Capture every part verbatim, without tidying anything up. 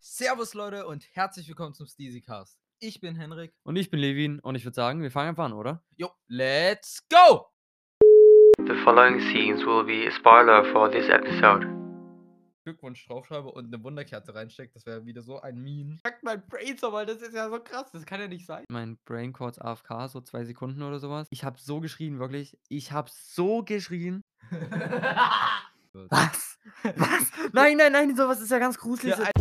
Servus Leute und herzlich willkommen zum Steezycast. Ich bin Henrik. Und ich bin Levin und ich würde sagen, wir fangen einfach an, oder? Jo, let's go! The following scenes will be a spoiler for this episode. Glückwunsch draufschreibe und eine Wunderkerze reinsteckt, das wäre wieder so ein Meme. Fuck mein Brain so, weil das ist ja so krass, das kann ja nicht sein. Mein Brain kurz A F K, so zwei Sekunden oder sowas. Ich habe so geschrien, wirklich. Ich habe so geschrien. Was? Was? Nein, nein, nein, sowas ist ja ganz gruselig. Ja,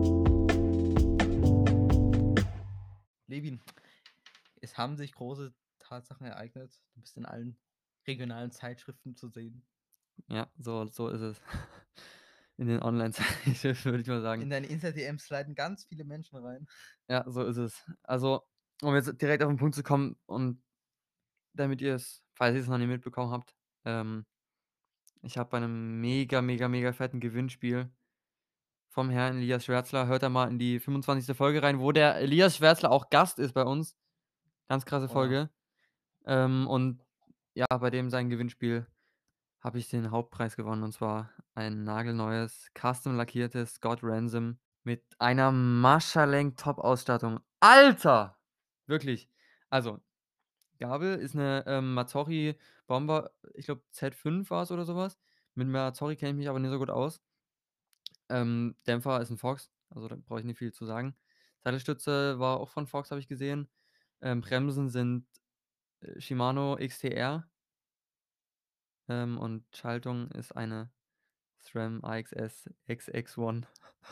Levin, es haben sich große Tatsachen ereignet. Du bist in allen regionalen Zeitschriften zu sehen. Ja, so, so ist es. In den Online-Zeitschriften, würde ich mal sagen. In deine Insta-D Ms sliden ganz viele Menschen rein. Ja, so ist es. Also, um jetzt direkt auf den Punkt zu kommen und damit ihr es, falls ihr es noch nicht mitbekommen habt, ähm, ich habe bei einem mega, mega, mega fetten Gewinnspiel vom Herrn Elias Schwärzler. Hört da mal in die fünfundzwanzigste Folge rein, wo der Elias Schwärzler auch Gast ist bei uns. Ganz krasse Oh ja. Folge. Ähm, und ja, bei dem sein Gewinnspiel habe ich den Hauptpreis gewonnen, und zwar ein nagelneues, custom lackiertes Scott Ransom mit einer Mascherlenk Top-Ausstattung. Alter! Wirklich. Also, Gabel ist eine ähm, Mazzori Bomber, ich glaube Z fünf war es oder sowas. Mit Mazzori kenne ich mich aber nicht so gut aus. Ähm, Dämpfer ist ein Fox, also da brauche ich nicht viel zu sagen. Sattelstütze war auch von Fox, habe ich gesehen. Ähm, Bremsen sind äh, Shimano X T R. Ähm, und Schaltung ist eine SRAM A X S X X eins.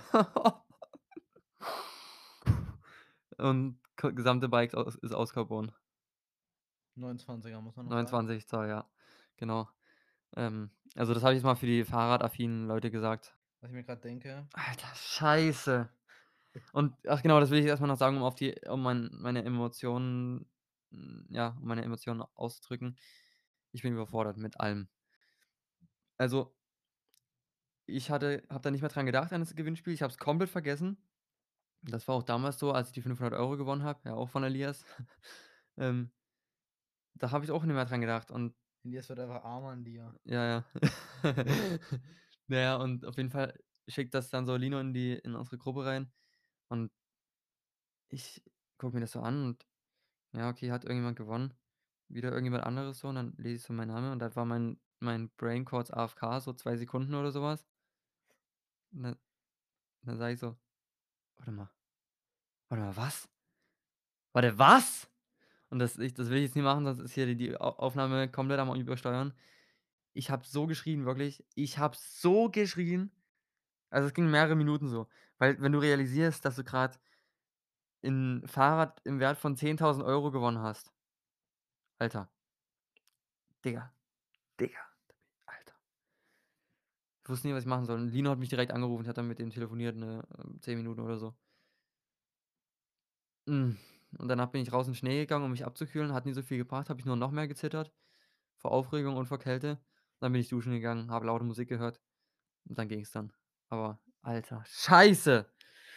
Und ko gesamte Bike aus ist aus Carbon. neunundzwanziger muss man noch sagen. neunundzwanzig Zoll, ja, genau. Ähm, also das habe ich jetzt mal für die fahrradaffinen Leute gesagt. Was ich mir gerade denke. Alter, scheiße. Und ach genau, das will ich erst mal noch sagen, um auf die um mein meine Emotionen hm, ja, um meine Emotionen auszudrücken. Ich bin überfordert mit allem. Also, ich hatte habe da nicht mehr dran gedacht an das Gewinnspiel. Ich habe es komplett vergessen. Das war auch damals so, als ich die fünfhundert Euro gewonnen habe, ja auch von Elias. Ähm, da habe ich auch nicht mehr dran gedacht und Elias wird einfach arm an dir. ja, ja. Na ja, und auf jeden Fall schickt das dann so Lino in die in unsere Gruppe rein und ich gucke mir das so an und ja, okay, hat irgendjemand gewonnen. Wieder irgendjemand anderes so und dann lese ich so meinen Namen und dann war mein mein Brain kurz A F K, so zwei Sekunden oder sowas. Und dann dann sage ich so: „Warte mal, warte mal, was? Warte, was?“ Und das ich das will ich jetzt nicht machen, sonst ist hier die die Au Aufnahme komplett am Übersteuern. Ich habe so geschrien, wirklich. Ich habe so geschrien. Also, es ging mehrere Minuten so, weil wenn du realisierst, dass du grad 'n Fahrrad im Wert von zehntausend Euro gewonnen hast. Alter. Digga, Digga, Alter. Ich wusste nicht, was ich machen soll. Und Lino hat mich direkt angerufen, ich habe dann mit dem telefoniert, ne, ähm, zehn Minuten oder so. Hm, und danach bin ich raus in den Schnee gegangen, um mich abzukühlen, hat nicht so viel gebracht, habe ich nur noch mehr gezittert vor Aufregung und vor Kälte. Dann bin ich duschen gegangen, habe laute Musik gehört und dann ging's dann. Aber alter Scheiße!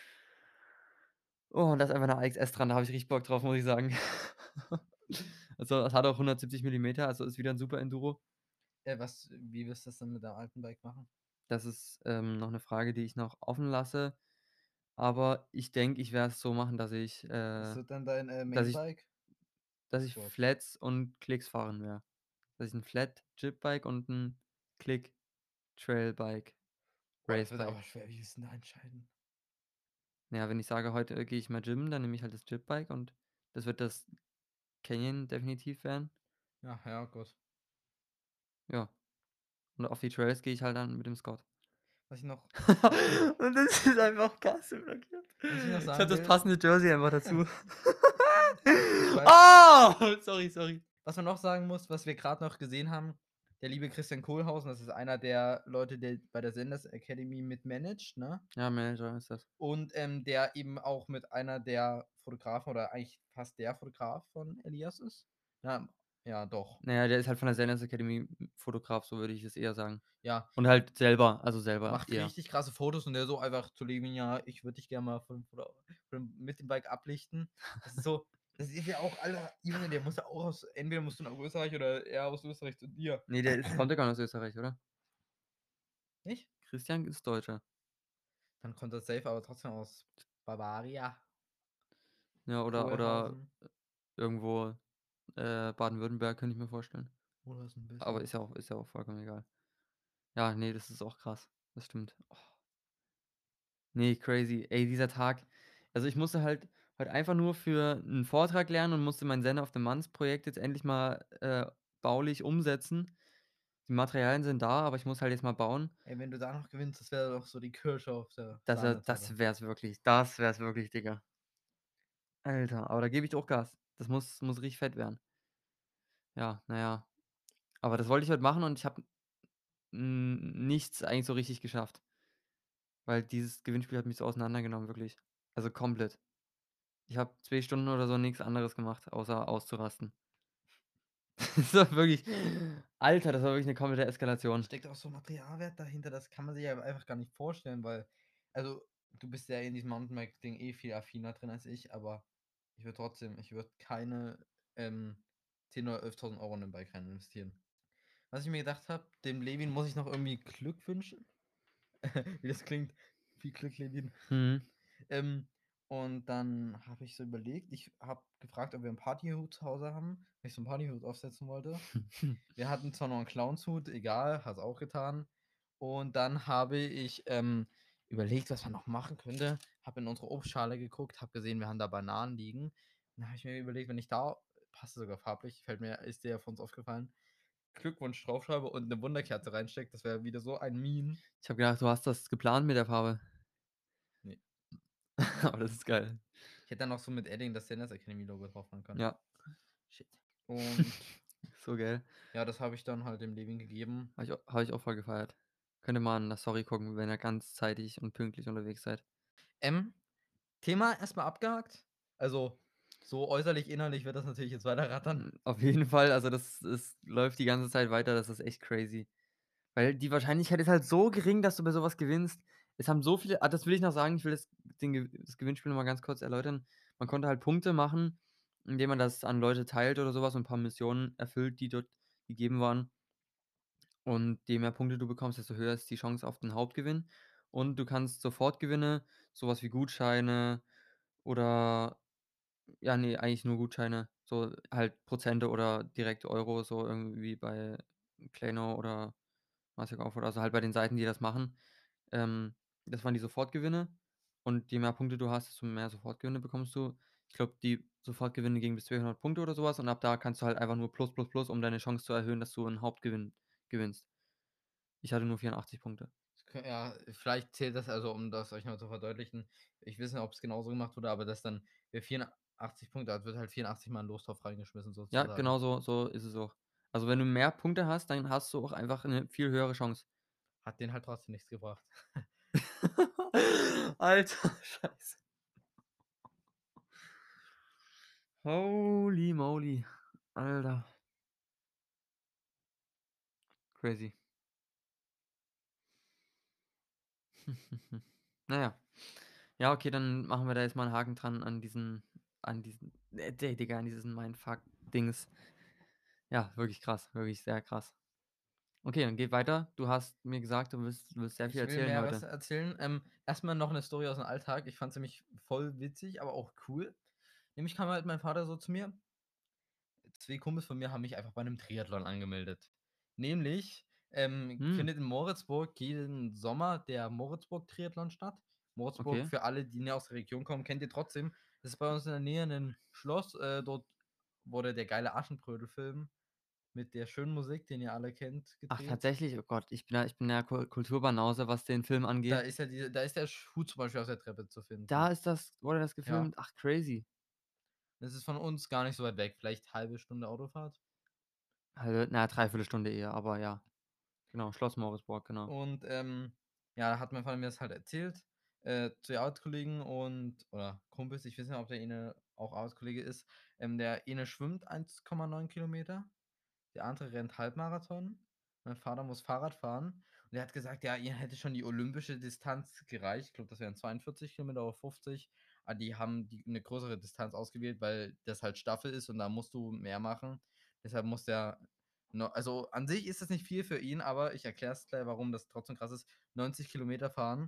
Oh, und da ist einfach 'ne A X S dran, da habe ich richtig Bock drauf, muss ich sagen. Also, es hat auch hundertsiebzig Millimeter, also ist wieder 'n super Enduro. Äh, was wie wirst du das dann mit deinem alten Bike machen? Das ist, ähm, noch 'ne Frage, die ich noch offen lasse. Aber ich denke, ich werde es so machen, dass ich, Was äh wird dann dein, äh, dass ich Mainbike? dass ich Gott. Flats und Klicks fahren werde. Dass ich 'n Flat-Jip-Bike und 'n Klick-Trail-Bike Boah, das wird Racebike. aber schwer. Wie willst 'n da entscheiden? Na ja, wenn ich sage: „Heute, äh, gehe ich mal jimmen“, dann nehme ich halt das Jip-Bike und das wird das Canyon definitiv werden. Ja, ja, gut. Ja. Und auf die Trails gehe ich halt dann mit dem Scott. Was ich noch Und das ist einfach krass blockiert. was ich noch Ich habe sagen das will passende Jersey einfach dazu. Weil Oh! Sorry, sorry. was man noch sagen muss, was wir grad noch gesehen haben, der liebe Christian Kohlhausen, das ist einer der Leute, der bei der Senders Academy mitmanagt, ne? Ja, Manager ist das. Und, ähm, der eben auch mit einer der Fotografen oder eigentlich fast der Fotograf von Elias ist. Ja, ja, doch. Na ja, der ist halt von der Senders Academy Fotograf, so würde ich es eher sagen. Ja. Und halt selber, also selber Macht eher. richtig krasse Fotos und der so einfach zu Levin: „Ja, ich würde dich gerne mal von oder von mit dem Bike ablichten.“ Das ist so das ist ja auch Alter, Junge, der muss ja auch aus entweder musst du nach Österreich oder er aus Österreich zu dir. Ne, der ist kommt ja gar nicht aus Österreich, oder? Nicht? Christian ist Deutscher. Dann kommt das safe aber trotzdem aus Bavaria. Ja, oder oder Kohlhausen. irgendwo, äh, Baden-Württemberg, könnte ich mir vorstellen. Oder ist ein Aber bisschen. ist ja auch ist ja auch vollkommen egal. Ja, ne, das ist auch krass. Das stimmt. Oh, ne, crazy. Ey, dieser Tag. Also, ich musste halt heute einfach nur für 'n Vortrag lernen und musste mein Zen of the Month Projekt jetzt endlich mal, äh, baulich umsetzen. Die Materialien sind da, aber ich muss halt jetzt mal bauen. Ey, wenn du da noch gewinnst, das wäre doch so die Kirsche auf der Das wär Sahnetorte. das wär's wirklich. Das wär's wirklich, Digga. Alter, aber da gebe ich auch Gas. Das muss muss richtig fett werden. Ja, na ja. Aber das wollte ich heute machen und ich habe, hm, nichts eigentlich so richtig geschafft, weil dieses Gewinnspiel hat mich so auseinandergenommen, wirklich. Also, komplett. Ich habe zwei Stunden oder so nix anderes gemacht, außer auszurasten. Das war wirklich Alter, das war wirklich 'ne komplette Eskalation. Steckt auch so Materialwert dahinter, das kann man sich ja einfach gar nicht vorstellen, weil also, du bist ja in diesem Mountainbike-Ding eh viel affiner drin als ich, aber ich würde trotzdem ich würde keine, ähm, zehn oder elftausend Euro in 'nen Bike rein investieren. Was ich mir gedacht habe, dem Levin muss ich noch irgendwie Glück wünschen. Wie das klingt. Viel Glück, Levin. Mhm. Ähm, und dann habe ich so überlegt, ich habe gefragt, ob wir 'n Partyhut zu Hause haben, weil ich so 'n Partyhut aufsetzen wollte. Wir hatten zwar noch 'n Clownshut, egal, hat's auch getan. Und dann habe ich, ähm, überlegt, was man noch machen könnte, habe in unsere Obstschale geguckt, habe gesehen, wir haben da Bananen liegen. Dann habe ich mir überlegt, wenn ich da passt sogar farblich, fällt mir ist dir ja von uns aufgefallen, Glückwunsch draufschreibe und 'ne Wunderkerze reinstecke, das wäre wieder so ein Meme. Ich habe gedacht, du hast das geplant mit der Farbe. Ne. Aber das ist geil. Ich hätte dann noch so mit Edding das Zendesk Academy Logo drauf machen können. Ja. Shit. Und So geil. ja, das habe ich dann halt dem Levin gegeben. Habe ich au habe ich auch voll gefeiert. Könnt ihr mal in der Story gucken, wenn ihr ganz zeitig und pünktlich unterwegs seid. Ähm, Thema erst mal abgehakt. Also, so äußerlich, innerlich wird das natürlich jetzt weiter rattern. Hm, auf jeden Fall, also das das läuft die ganze Zeit weiter, das ist echt crazy. Weil die Wahrscheinlichkeit ist halt so gering, dass du bei so was gewinnst. Es haben so viele ah, das will ich noch sagen, ich will das den Gew das Gewinnspiel noch mal ganz kurz erläutern. Man konnte halt Punkte machen, indem man das an Leute teilt oder so was und 'n paar Missionen erfüllt, die dort gegeben waren. Und je mehr Punkte du bekommst, desto höher ist die Chance auf den Hauptgewinn. Und du kannst Sofortgewinne, so was wie Gutscheine oder ja, ne, eigentlich nur Gutscheine, so halt Prozente oder direkt Euro, so irgendwie bei Klarna oder Mastercard oder so halt bei den Seiten, die das machen. Ähm, das waren die Sofortgewinne. Und je mehr Punkte du hast, desto mehr Sofortgewinne bekommst du. Ich glaube, die Sofortgewinne gingen bis zweihundert Punkte oder so was und ab da kannst du halt einfach nur plus, plus, plus, um deine Chance zu erhöhen, dass du 'n Hauptgewinn gewinnst. Ich hatte nur vierundachtzig Punkte. Das kö ja, vielleicht zählt das also, um das euch noch zu verdeutlichen. Ich weiß nicht, ob's genauso gemacht wurde, aber dass dann wer vierundachtzig Punkte hat, wird halt vierundachtzig Mal 'n Lostopf reingeschmissen Ja, sozusagen. genau so so ist es auch. Also, wenn du mehr Punkte hast, dann hast du auch einfach 'ne viel höhere Chance. Hat denen halt trotzdem nichts gebracht. Alter, Scheiße. Holy moly, Alter. Crazy. Na ja. Ja, okay, dann machen wir da jetzt mal 'n Haken dran an diesen an diesen äh, D Digga, an diesen Mindfuck-Dings. Ja, wirklich krass, wirklich sehr krass. Okay, dann geht weiter. Du hast mir gesagt, du willst du willst sehr viel Ich will erzählen Mehreres heute. erzählen. Ähm, erst mal noch 'ne Story aus'm Alltag. Ich fand's nämlich voll witzig, aber auch cool. Nämlich kam halt mein Vater so zu mir zwei Kumpels von mir haben mich einfach bei 'nem Triathlon angemeldet. Nämlich, ähm, Hm, findet in Moritzburg jeden Sommer der Moritzburg-Triathlon statt. Moritzburg, okay. für alle, die nicht aus der Region kommen, kennt ihr trotzdem. Das ist bei uns in der Nähe 'nen Schloss. Äh, dort wurde der geile Aschenbrödel-Film mit der schönen Musik, den ihr alle kennt, Ach, gedreht. tatsächlich? Oh Gott, ich bin ja ich bin ja Kul Kulturbanause, was den Film Da angeht. ist ja diese da ist der Schuh zum Beispiel auf der Treppe zu Da finden. ist das wurde das Ja. gefilmt? Ach, crazy. Das ist von uns gar nicht so weit weg, vielleicht halbe Stunde Autofahrt. Halbe na, dreiviertel Stunde eher, aber ja. Genau, Schloss Moritzburg, genau. Und, ähm, ja, da hat mein Vater mir das halt erzählt, äh, zu Arbeitskollegen und oder Kumpels, ich weiß nicht, ob der eine auch Arbeitskollege ist. Ähm, der eine schwimmt eins Komma neun Kilometer, der andere rennt Halbmarathon. Mein Vater muss Fahrrad fahren und er hat gesagt, ja, ihr hätte schon die olympische Distanz gereicht. Ich glaube, das wären zweiundvierzig Kilometer oder fünfzig. Aber die haben die 'ne größere Distanz ausgewählt, weil das halt Staffel ist und da musst du mehr machen. Deshalb muss der no also, an sich ist das nicht viel für ihn, aber ich erkläre es gleich, warum das trotzdem krass ist. neunzig Kilometer fahren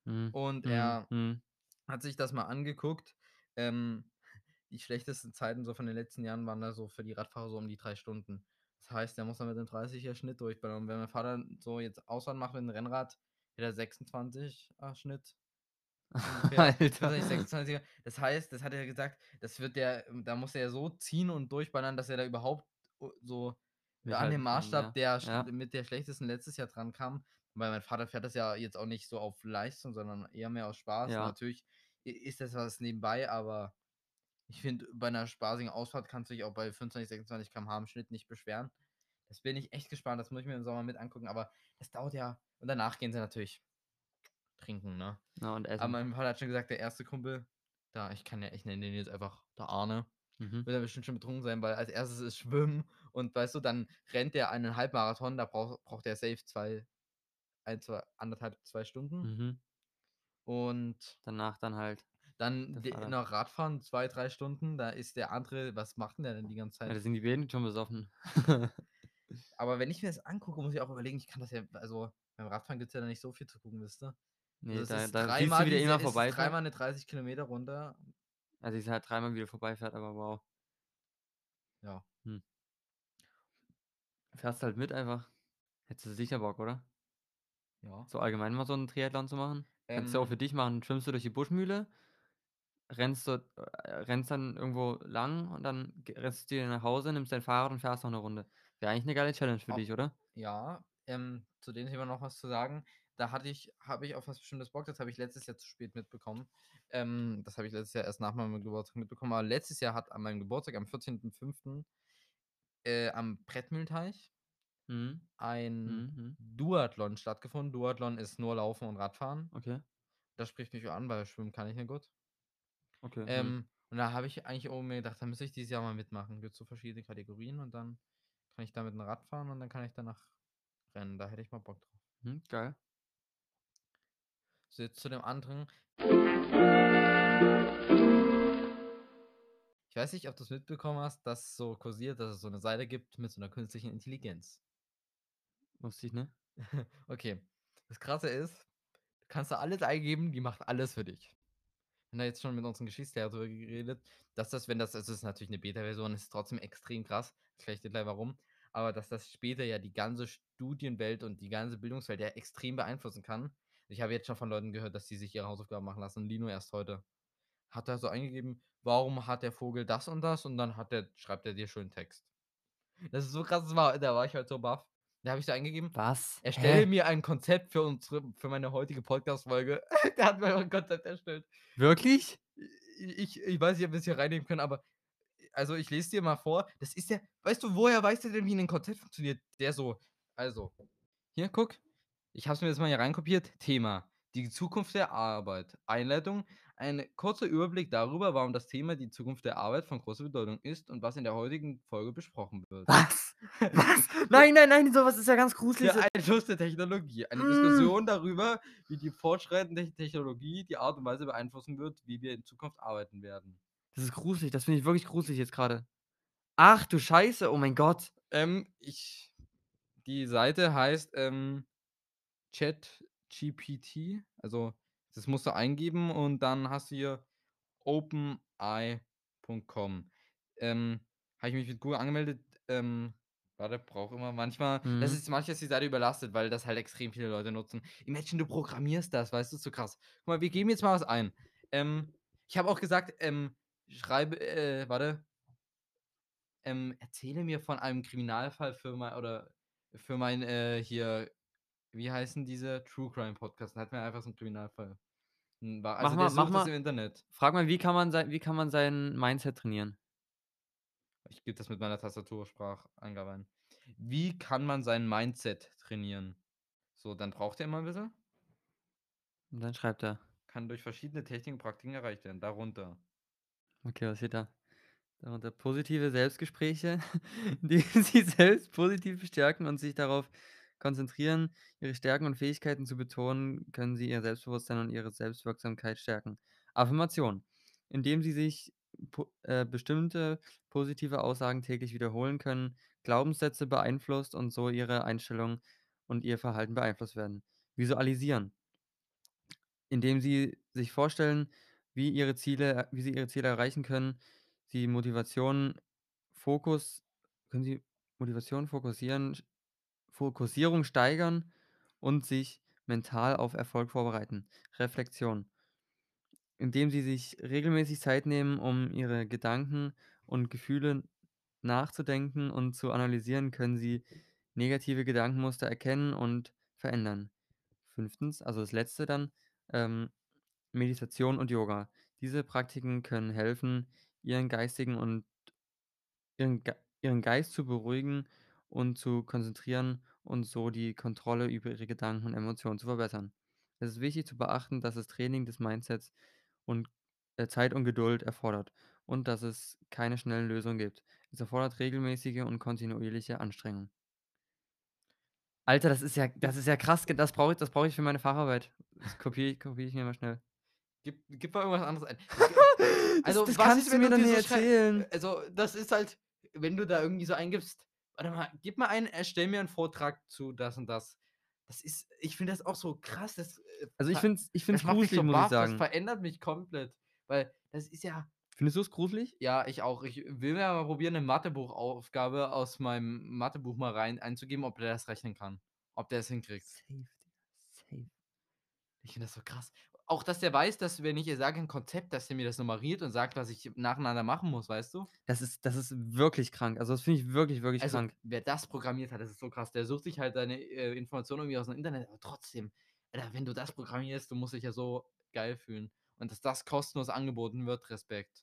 Mhm. Und Mhm. er Mhm. hat sich das mal angeguckt. Ähm, die schlechtesten Zeiten so von den letzten Jahren waren da so für die Radfahrer so um die drei Stunden. Das heißt, der muss dann mit dem dreißiger Schnitt durchballern. Und wenn mein Vater so jetzt Ausfahrt macht mit dem Rennrad, hätte er sechsundzwanziger Schnitt ungefähr. Alter. fünfundzwanzig, sechsundzwanziger. Das heißt, das hat er gesagt, das wird der, da muss er so ziehen und durchballern, dass er da überhaupt o- so an dem Mithalten kann, Maßstab, ja. der sch- Ja. mit der schlechtesten letztes Jahr dran kam. Weil mein Vater fährt das ja jetzt auch nicht so auf Leistung, sondern eher mehr aus Spaß. Ja. Natürlich i- ist das was nebenbei, aber ich finde, bei einer spaßigen Ausfahrt kannst du dich auch bei fünfundzwanzig, sechsundzwanzig Kilometer pro Stunde im Schnitt nicht beschweren. Das bin ich echt gespannt, das muss ich mir im Sommer mit angucken, aber das dauert ja. Und danach gehen sie natürlich trinken, ne? Ja, und Aber Essen. mein Vater hat schon gesagt, der erste Kumpel, da, ich kann ja, ich nenne den jetzt einfach der Arne, Mhm. wird er bestimmt schon betrunken sein, weil als erstes ist Schwimmen und weißt du, dann rennt der einen Halbmarathon, da braucht, braucht der safe zwei, ein, zwei, anderthalb, zwei Stunden. Mhm. Und Danach dann halt dann der de- Vater. noch Radfahren, zwei, drei Stunden, da ist der andere, was macht denn der denn die ganze Ja, Zeit? da sind die beiden schon besoffen. Aber wenn ich mir das angucke, muss ich auch überlegen, ich kann das ja, also beim Radfahren gibt es ja da nicht so viel zu gucken, wisst ihr? Also Ne, es da ist da siehst du, dreimal wie der diese, immer es ist vorbeifährt. dreimal eine dreißig Kilometer runter. Also, siehst halt dreimal, wie der vorbeifährt, aber wow. Ja, Hm. Fährst halt mit einfach. Hättest du sicher Bock, oder? ja. So allgemein mal so 'n Triathlon zu machen? Kannst du auch für Ähm, dich machen. Schwimmst du durch die Buschmühle, rennst dort äh, rennst dann irgendwo lang und dann g rennst du dir nach Hause, nimmst dein Fahrrad und fährst noch 'ne Runde. Wäre eigentlich 'ne geile Challenge für au- dich, oder? ja, ähm, zu dem Thema noch was zu sagen. Da hatte ich, habe ich auf was bestimmtes Bock, das habe ich letztes Jahr zu spät mitbekommen. Ähm, das habe ich letztes Jahr erst nach meinem Geburtstag mitbekommen. Aber letztes Jahr hat an meinem Geburtstag, am vierzehnten fünften Äh, am Brettmühlteich Mhm. ein Mhm, mhm. Duathlon stattgefunden. Duathlon ist nur Laufen und Radfahren. Okay, Das spricht mich an, weil Schwimmen kann ich nicht gut. okay, mhm. Ähm, und da habe ich eigentlich auch mir gedacht, da müsste ich dieses Jahr mal mitmachen. Gibt so verschiedene Kategorien und dann kann ich damit ein Rad fahren und dann kann ich danach rennen. Da hätte ich mal Bock drauf. Mhm, geil. So, jetzt zu dem anderen. Ich weiß nicht, ob du es mitbekommen hast, dass so kursiert, dass es so eine Seite gibt mit so einer künstlichen Intelligenz. Wusste ich nicht. Okay. Das Krasse ist, du kannst da alles eingeben, die macht alles für dich. Wir haben da jetzt schon mit unserem Geschichtslehrer drüber geredet, dass das, wenn das, es ist natürlich eine Beta-Version, ist trotzdem extrem krass. Erkläre ich dir gleich warum. Aber dass das später ja die ganze Studienwelt und die ganze Bildungswelt ja extrem beeinflussen kann. Ich habe jetzt schon von Leuten gehört, dass die sich ihre Hausaufgaben machen lassen. Und Lino erst heute hat er so eingegeben, warum hat der Vogel das und das? Und dann hat der, schreibt er dir schön Text. Das ist so krass, das war, da war ich halt so baff. Da habe ich so eingegeben, Was? erstelle Hä? mir ein Konzept für unsere, für meine heutige Podcast-Folge. Der hat mir einfach ein Konzept erstellt. Wirklich? Ich ich weiß nicht, ob wir es hier reinnehmen können, aber also, ich lese dir mal vor. Das ist ja, weißt du, woher weiß der denn, wie 'nen Konzept funktioniert? Der so, also, hier, guck. Ich habe es mir jetzt mal hier reinkopiert. Thema: Die Zukunft der Arbeit. Einleitung: Ein kurzer Überblick darüber, warum das Thema die Zukunft der Arbeit von großer Bedeutung ist und was in der heutigen Folge besprochen wird. Was? Was? Nein, nein, nein, so was ist ja ganz gruselig. Der Einfluss der Technologie. Eine Hm. Diskussion darüber, wie die fortschreitende Technologie die Art und Weise beeinflussen wird, wie wir in Zukunft arbeiten werden. Das ist gruselig, das finde ich wirklich gruselig jetzt grade. Ach du Scheiße, oh mein Gott. Ähm, ich Die Seite heißt, ähm, ChatGPT. Also, das musst du eingeben und dann hast du hier open eye punkt com. Ähm, habe ich mich mit Google angemeldet. Ähm, warte, brauche immer manchmal. Das Mhm. ist manchmal ist die Seite überlastet, weil das halt extrem viele Leute nutzen. Imagine, du programmierst das, weißt du, ist so krass. Guck mal, wir geben jetzt mal was ein. Ähm, ich habe auch gesagt, ähm, schreibe, äh, warte, ähm, erzähle mir von einem Kriminalfall für mein, oder für mein, äh, hier, wie heißen diese True Crime Podcasts? Da hatten wir einfach so einen Kriminalfall. Hm, war, Mach also mal der mach sucht das mal im Internet. frag mal, wie kann man sei wie kann man sein Mindset trainieren? Ich gebe das mit meiner Tastaturspracheingabe ein. Wie kann man sein Mindset trainieren? So, dann braucht er immer ein bisschen. Und dann schreibt er. Kann durch verschiedene Techniken und Praktiken erreicht werden. Darunter. Okay, was steht da? Darunter positive Selbstgespräche, die sie selbst positiv bestärken und sich darauf konzentrieren, ihre Stärken und Fähigkeiten zu betonen, können sie ihr Selbstbewusstsein und ihre Selbstwirksamkeit stärken. Affirmation. Indem sie sich po äh, bestimmte positive Aussagen täglich wiederholen können, Glaubenssätze beeinflusst und so ihre Einstellung und ihr Verhalten beeinflusst werden. Visualisieren. indem sie sich vorstellen, wie ihre Ziele wie sie ihre Ziele erreichen können. Sie Motivation, Fokus können sie Motivation fokussieren sch Fokussierung steigern und sich mental auf Erfolg vorbereiten. Reflexion. Indem sie sich regelmäßig Zeit nehmen, um ihre Gedanken und Gefühle nachzudenken und zu analysieren, können sie negative Gedankenmuster erkennen und verändern. Fünftens, also das Letzte dann, ähm, Meditation und Yoga. Diese Praktiken können helfen, ihren geistigen und ihren Ge ihren Geist zu beruhigen und zu konzentrieren und so die Kontrolle über ihre Gedanken und Emotionen zu verbessern. Es ist wichtig zu beachten, dass das Training des Mindsets und, äh, Zeit und Geduld erfordert und dass es keine schnellen Lösungen gibt. Es erfordert regelmäßige und kontinuierliche Anstrengung. Alter, das ist ja das ist ja krass, ge das brauche ich das brauche ich für meine Facharbeit. Das kopiere ich kopiere ich mir mal schnell. Gib gib mal irgendwas anderes ein. Das Also, das was kannst ist, du wenn mir du doch dir nicht so schrei erzählen. also, das ist halt, wenn du da irgendwie so eingibst: „Warte mal, gib mal ein, erstell mir 'n Vortrag zu das und das.“ Das ist ich finde das auch so krass, das, äh, Also, ich ver finde es ich finde das es macht mich gruselig, so muss ich baff, das sagen. verändert mich komplett, weil das ist ja Findest du es gruselig? ja, ich auch. Ich will ja mal probieren, 'ne Mathebuchaufgabe aus meinem Mathebuch mal rein einzugeben, ob der das rechnen kann, ob der es hinkriegt. Safe, Digga, safe. Ich finde das so krass. Auch, dass der weiß, dass wenn ich ihr sage 'n Konzept, dass der mir das nummeriert und sagt, was ich nacheinander machen muss, weißt du? Das ist das ist wirklich krank. Also, das finde ich wirklich, wirklich Also, krank. wer das programmiert hat, das ist so krass. Der sucht sich halt seine, äh, Informationen irgendwie aus'm Internet, aber trotzdem, Alter, wenn du das programmierst, du musst dich ja so geil fühlen. Und dass das kostenlos angeboten wird, Respekt.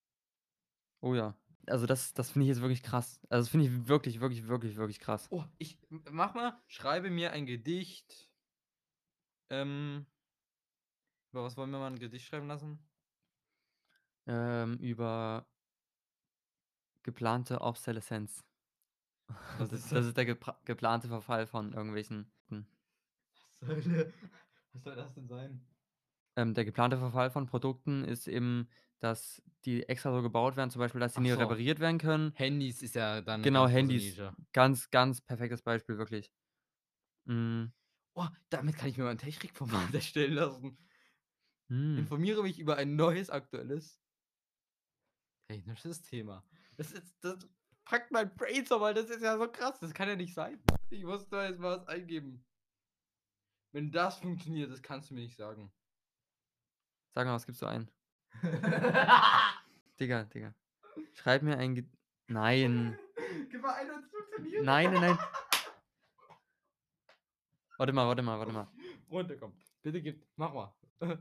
Oh ja. Also, das das finde ich jetzt wirklich krass. Also, das finde ich wirklich, wirklich, wirklich, wirklich krass. Oh, ich m mach mal, schreibe mir ein Gedicht. Ähm über was wollen wir mal 'n Gedicht schreiben lassen? Ähm, über geplante Obsoleszenz. Was Das ist das das? ist der gepra geplante Verfall von irgendwelchen hm. Was soll was soll das denn sein? Ähm, der geplante Verfall von Produkten ist eben, dass die extra so gebaut werden, zum Beispiel, dass sie Ach nie so, repariert werden können. Handys ist ja dann 'ne Genau, ganz große Handys. Nische. Ganz, ganz perfektes Beispiel, wirklich. Hm. Oh, damit kann ich mir mal 'n Technikformat erstellen lassen. Hm. Informiere mich über ein neues, aktuelles technisches Thema. Das ist das packt mein Brain so, weil das ist ja so krass. Das kann ja nicht sein. Ich muss da jetzt mal was eingeben. Wenn das funktioniert, das kannst du mir nicht sagen. Sag mal, was gibst du ein? Digga, Digga. Schreib mir ein Ge nein. Gib mal ein, wenn's funktioniert. Nein, nein, nein. Warte mal, warte mal, warte mal. Runter, komm. Bitte gib mach mal.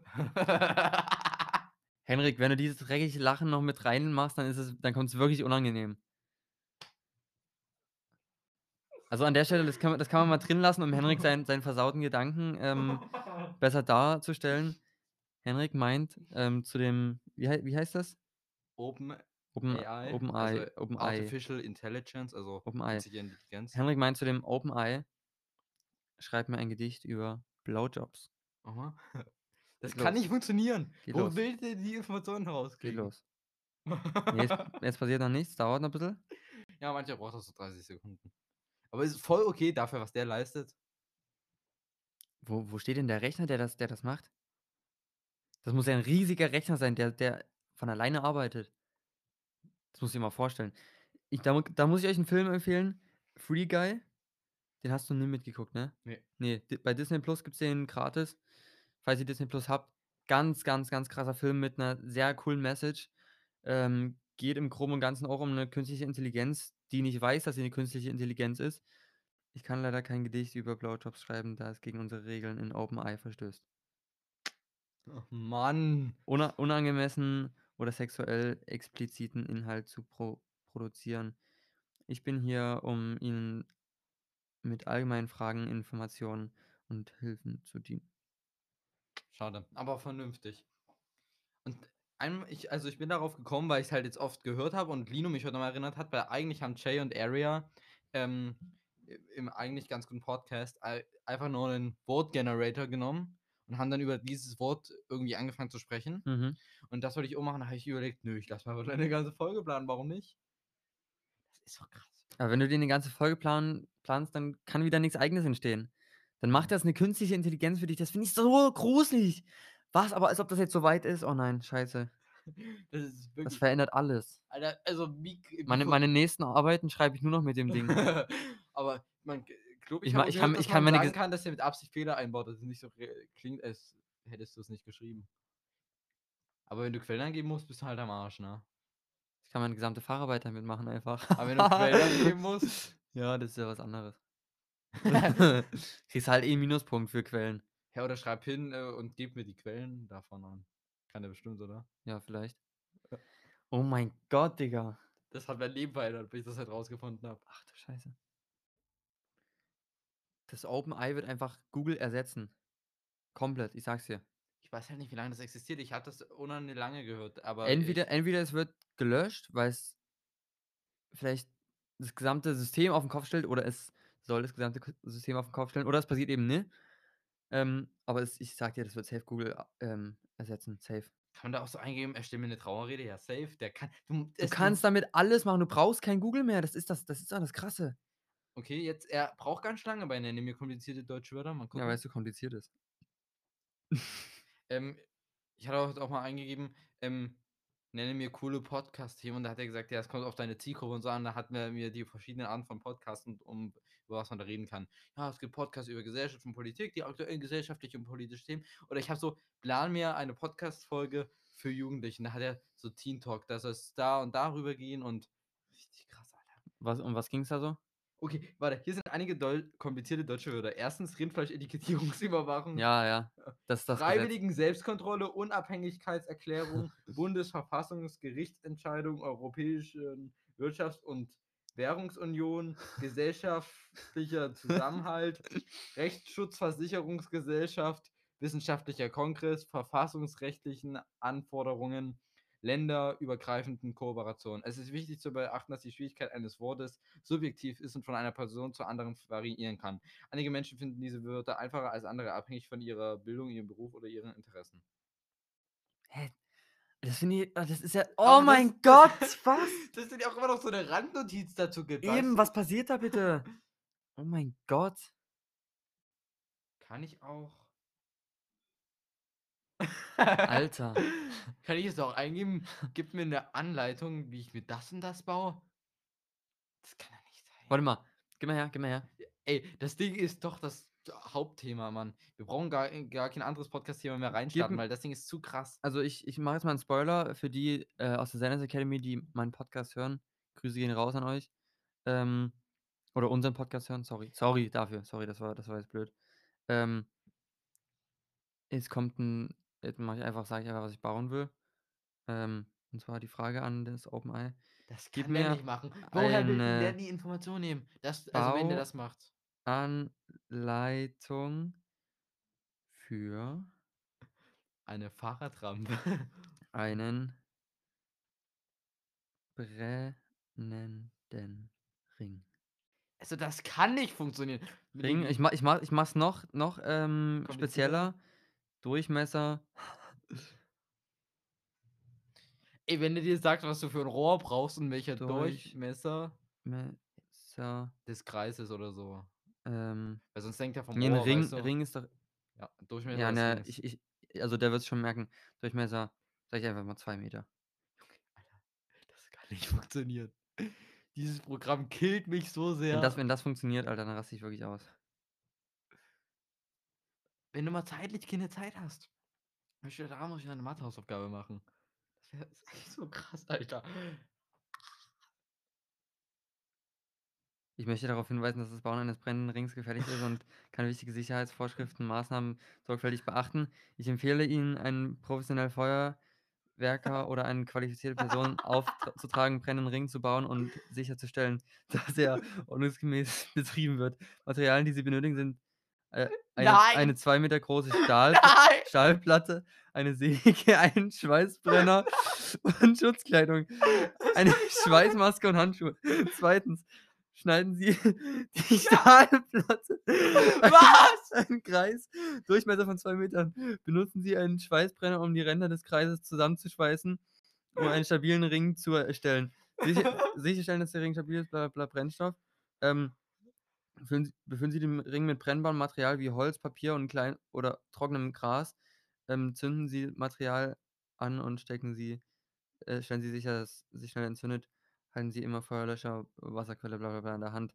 Henrik, wenn du dieses dreckige Lachen noch mit reinmachst, dann ist es dann kommt's wirklich unangenehm. Also, an der Stelle, das kann man das kann man mal drin lassen, um Henrik seinen seinen versauten Gedanken, ähm, besser darzustellen. Henrik meint, ähm, zu dem wie hei wie heißt das? Open Open AI, also OpenAI OpenAI. Artificial Intelligence, also OpenAI. künstliche Intelligenz. Henrik meint zu dem OpenAI: „Schreib mir ein Gedicht über Blowjobs.“ Aha. Das Geht kann los. nicht funktionieren. Geht Wo los. will der die Informationen Geht rauskriegen? los. Ne, es es passiert noch nichts, dauert noch bisschen. Ja, mancher braucht auch so dreißig Sekunden. Aber ist voll okay dafür, was der leistet. Wo wo steht denn der Rechner, der das der das macht? Das muss ja 'n riesiger Rechner sein, der der von alleine arbeitet. Das musst du dir mal vorstellen. Ich da mu da muss ich euch 'n Film empfehlen, Free Guy. Den hast du nie mitgeguckt, ne? Ne. Ne, D bei Disney Plus gibt's den gratis, falls ihr Disney Plus habt. Ganz, ganz, ganz krasser Film mit 'ner sehr coolen Message. Ähm, geht im Groben und Ganzen auch um 'ne künstliche Intelligenz, die nicht weiß, dass sie 'ne künstliche Intelligenz ist. Ich kann leider kein Gedicht über Blowjobs schreiben, da es gegen unsere Regeln in OpenAI verstößt. Ach Mann. Una unangemessen oder sexuell expliziten Inhalt zu pro produzieren. Ich bin hier, um Ihnen mit allgemeinen Fragen, Informationen und Hilfen zu dienen. Schade, aber vernünftig. Und einem ich also, ich bin darauf gekommen, weil ich's halt jetzt oft gehört habe und Lino mich heute noch mal erinnert hat, weil eigentlich haben Jay und Aria, ähm, i im eigentlich ganz guten Podcast ei einfach nur 'nen Wort-Generator genommen und haben dann über dieses Wort irgendwie angefangen zu sprechen. Mhm. Und das wollte ich auch machen, da habe ich überlegt: „Nö, ich lasse mir einfach 'ne ganze Folge planen, warum nicht?“ Das ist so krass. Aber wenn du dir 'ne ganze Folge plan planst, dann kann wieder nix Eigenes entstehen. Dann macht Mhm. das 'ne künstliche Intelligenz für dich. Das finde ich so gruselig. Was? Aber als ob das jetzt so weit ist? Oh nein, scheiße. Das ist Das wirklich verändert alles. Alter, also wie wie Meine fu meine nächsten Arbeiten schreibe ich nur noch mit dem Ding. Aber man glaube, Ich ich ma habe auch ich kann gehört, dass ich kann man meine sagen ges kann, dass der mit Absicht Fehler einbaut, dass es nicht so re klingt, als hättest du's nicht geschrieben. Aber wenn du Quellen eingeben musst, bist du halt am Arsch, ne? ich kann meine gesamte Fahrarbeit damit machen einfach. Aber wenn du Quellen angeben musst Ja, das ist ja was anderes. Kriegst halt eh 'n Minuspunkt für Quellen. Ja, oder schreib hin, äh, und gib mir die Quellen davon an. Kann der bestimmt, oder? Ja, vielleicht. Oh mein Gott, Digga. Das hat mein Leben verändert, bis ich das halt rausgefunden habe. Ach du Scheiße. Das OpenAI wird einfach Google ersetzen. Komplett, ich sage es dir. Ich weiß halt nicht, wie lange das existiert. Ich hatte das unheimlich lange gehört, aber Entweder ich entweder es wird gelöscht, weil's vielleicht das gesamte System auf 'n Kopf stellt, oder es soll das gesamte K System auf 'n Kopf stellen, oder es passiert eben nicht. Ähm, aber es ich sage dir, das wird safe Google a ähm, ersetzen, safe. kann man da auch so eingeben: „Erstell mir 'ne Trauerrede?“ Ja, safe. Der kann du Du es du kannst damit alles machen, du brauchst kein Google mehr. Das ist das das ist doch das Krasse. Okay, jetzt er braucht ganz schön lange bei „Nenne mir komplizierte deutsche Wörter“. Mal Ja, weil's gucken. so kompliziert ist. Ähm, ich hatte auch auch mal eingegeben, ähm, nenne mir coole Podcast-Themen und da hat er gesagt: „Ja, es kommt auf deine Zielgruppe und so an.“ Da hat er mir die verschiedenen Arten von Podcasts und um über was man da reden kann. Ja, es gibt Podcasts über Gesellschaft und Politik, die aktuellen gesellschaftlichen und politischen Themen. Oder ich habe so: „Plan mir eine Podcast-Folge für Jugendlichen.“ Da hat er so Teen Talk, da soll's da und darüber gehen und richtig krass, Alter. Was um was ging's da so? Okay, warte, hier sind einige deu komplizierte deutsche Wörter. Erstens Rindfleischetikettierungsüberwachung. Ja, ja, das ist das Gesetz. Freiwilligen Selbstkontrolle, Unabhängigkeitserklärung, Bundesverfassungsgerichtsentscheidung, Europäischen Wirtschafts- und Währungsunion, gesellschaftlicher Zusammenhalt, Rechtsschutzversicherungsgesellschaft, wissenschaftlicher Kongress, verfassungsrechtlichen Anforderungen, länderübergreifenden Kooperation. Es ist wichtig zu beachten, dass die Schwierigkeit eines Wortes subjektiv ist und von einer Person zur anderen variieren kann. Einige Menschen finden diese Wörter einfacher als andere, abhängig von ihrer Bildung, ihrem Beruf oder ihren Interessen. Hä? Das finde ich ah, das ist ja oh Auch das mein Gott, das was? dass es ja auch immer noch so 'ne Randnotiz dazu gibt, weißt Eben, du? was passiert da bitte? Oh mein Gott. Kann ich auch Alter. kann ich jetzt auch eingeben: „Gib mir 'ne Anleitung, wie ich mir das und das baue?“ Das kann ja nicht sein. Warte mal, gib mal her, gib mal her. Ey, das Ding ist doch das Hauptthema, Mann. Wir brauchen gar äh, gar kein anderes Podcast-Thema mehr Gib reinstarten, m weil das Ding ist zu krass. Also, ich ich mache jetzt mal 'n Spoiler für die, äh, aus der Zeners Academy, die meinen Podcast hören. Grüße gehen raus an euch. Ähm, oder unseren Podcast hören, sorry. Sorry dafür. Sorry, das war das war jetzt blöd. Ähm es kommt 'n jetzt mache ich einfach sage ich einfach, was ich bauen will. Ähm, und zwar die Frage an das OpenAI: Das „Gib kann der mir nicht machen. Woher will denn der eine die Information nehmen? Das also, wenn der das macht. Bauanleitung für“ Eine Fahrradrampe. „einen brennenden Ring.“ Also, das kann nicht funktionieren. Mit Ring, ich ma ich mache ich mache es noch noch, ähm, Komplizierter? spezieller. Durchmesser Ey, wenn der dir sagt, was du für 'n Rohr brauchst und welcher Durchmesser Durchmesser des Kreises oder so. ähm, Weil sonst denkt er vom ne, 'n Rohr, Ring weißt du? Ring ist doch Ja, Durchmesser ja, des ne, Rings. ich ich also, der wird's schon merken. Durchmesser, sage ich einfach mal zwei Meter. Junge, Alter, das kann nicht funktionieren. Dieses Programm killt mich so Wenn das sehr. wenn das funktioniert, Alter, dann raste ich wirklich aus. Wenn du mal zeitlich keine Zeit hast. Ich will da muss ich eine Mathehausaufgabe machen. Das wäre ist echt so krass, Alter. Ich möchte darauf hinweisen, dass das Bauen eines brennenden Rings gefährlich ist und kann wichtige Sicherheitsvorschriften, Maßnahmen sorgfältig beachten. Ich empfehle Ihnen, einen professionellen Feuerwerker oder eine qualifizierte Person aufzutragen, brennenden Ring zu bauen und sicherzustellen, dass er ordnungsgemäß betrieben wird. Materialien, die Sie benötigen, sind, äh, eine eine Nein! zwei Meter große Stahlpl Nein! Stahlplatte, eine Säge, ein Schweißbrenner und Schutzkleidung, eine Schweißmaske und Handschuhe. Zweitens schneiden Sie die Stahlplatte Was? einen Kreis, Durchmesser von zwei Metern. Benutzen Sie einen Schweißbrenner, um die Ränder des Kreises zusammenzuschweißen, um einen stabilen Ring zu erstellen. Sicher sicherstellen, dass der Ring stabil ist, bla bla bla, Brennstoff. Ähm, füllen Sie befüllen Sie den Ring mit brennbarem Material wie Holz, Papier und klein oder trockenem Gras. ähm, zünden Sie Material an und stecken Sie äh, stellen Sie sicher, dass es sich schnell entzündet. Halten Sie immer Feuerlöscher, Wasserquelle, bla bla bla in der Hand.